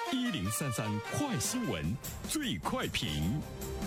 1033快新闻最快评。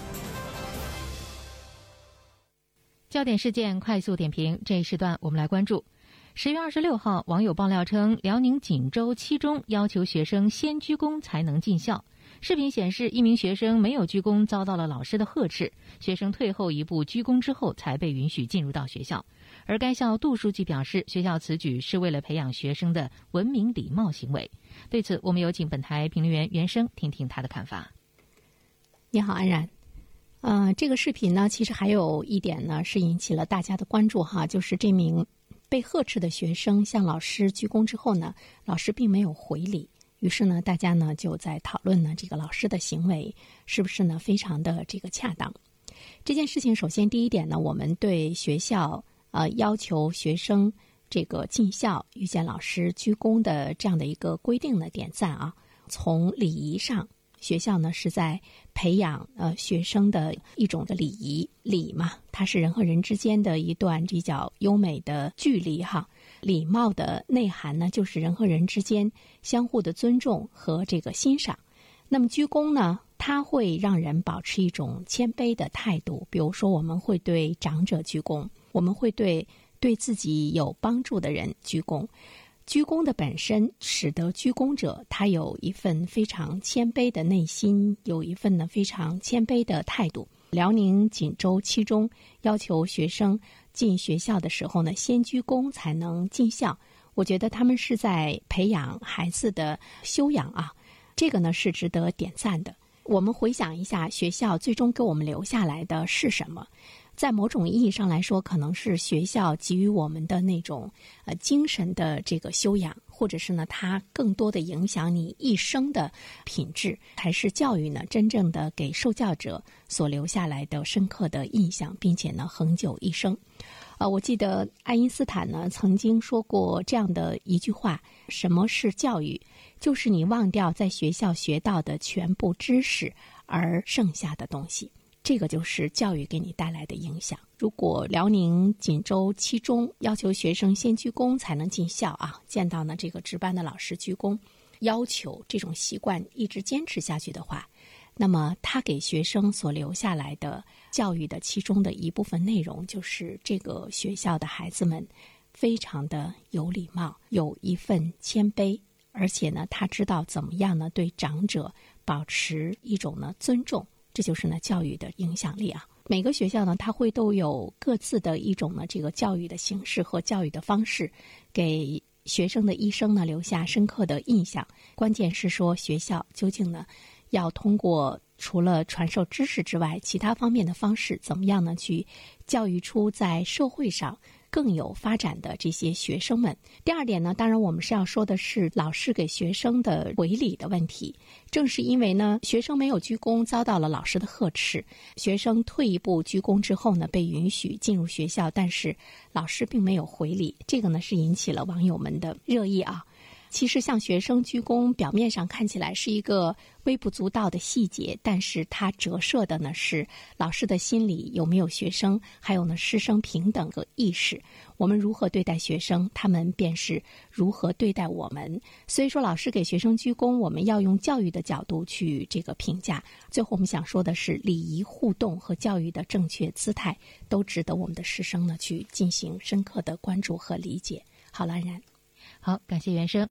焦点事件快速点评，这一时段我们来关注。10月26号，网友爆料称，辽宁锦州七中要求学生先鞠躬才能进校。视频显示，一名学生没有鞠躬，遭到了老师的呵斥，学生退后一步鞠躬之后才被允许进入到学校。而该校杜书记表示，学校此举是为了培养学生的文明礼貌行为。对此，我们有请本台评论员袁生听听他的看法。 你好，安然。这个视频呢，其实还有一点呢，是引起了大家的关注哈，就是这名被呵斥的学生向老师鞠躬之后呢，老师并没有回礼。于是呢，大家呢就在讨论呢，这个老师的行为是不是呢非常的这个恰当。这件事情，首先第一点呢，我们对学校要求学生这个进校遇见老师鞠躬的这样的一个规定呢点赞啊。从礼仪上，学校呢是在培养学生的一种的礼仪，礼嘛，它是人和人之间的一段比较优美的距离哈。礼貌的内涵呢，就是人和人之间相互的尊重和这个欣赏。那么鞠躬呢，它会让人保持一种谦卑的态度，比如说我们会对长者鞠躬，我们会对自己有帮助的人鞠躬。鞠躬的本身使得鞠躬者他有一份非常谦卑的内心，有一份呢非常谦卑的态度。辽宁锦州七中要求学生进学校的时候呢，先鞠躬才能进校。我觉得他们是在培养孩子的修养啊，这个呢是值得点赞的。我们回想一下，学校最终给我们留下来的是什么？在某种意义上来说，可能是学校给予我们的那种精神的这个修养，或者是呢它更多的影响你一生的品质，还是教育呢真正的给受教者所留下来的深刻的印象，并且呢恒久一生。我记得爱因斯坦呢曾经说过这样的一句话：什么是教育？就是你忘掉在学校学到的全部知识，而剩下的东西。这个就是教育给你带来的影响。如果辽宁锦州七中要求学生先鞠躬才能进校啊，见到呢这个值班的老师鞠躬，要求这种习惯一直坚持下去的话，那么他给学生所留下来的教育的其中的一部分内容，就是这个学校的孩子们非常的有礼貌，有一份谦卑，而且呢他知道怎么样呢对长者保持一种呢尊重。这就是呢教育的影响力啊。每个学校呢，它会都有各自的一种呢这个教育的形式和教育的方式，给学生的一生呢留下深刻的印象。关键是说学校究竟呢要通过除了传授知识之外，其他方面的方式怎么样呢去教育出在社会上更有发展的这些学生们。第二点呢，当然我们是要说的是老师给学生的回礼的问题。正是因为呢学生没有鞠躬遭到了老师的呵斥，学生退一步鞠躬之后呢被允许进入学校，但是老师并没有回礼，这个呢是引起了网友们的热议啊。其实向学生鞠躬表面上看起来是一个微不足道的细节，但是它折射的呢是老师的心里有没有学生，还有呢师生平等的意识。我们如何对待学生，他们便是如何对待我们。所以说老师给学生鞠躬，我们要用教育的角度去这个评价。最后我们想说的是，礼仪互动和教育的正确姿态都值得我们的师生呢去进行深刻的关注和理解。好了，安然。 好，感谢袁生。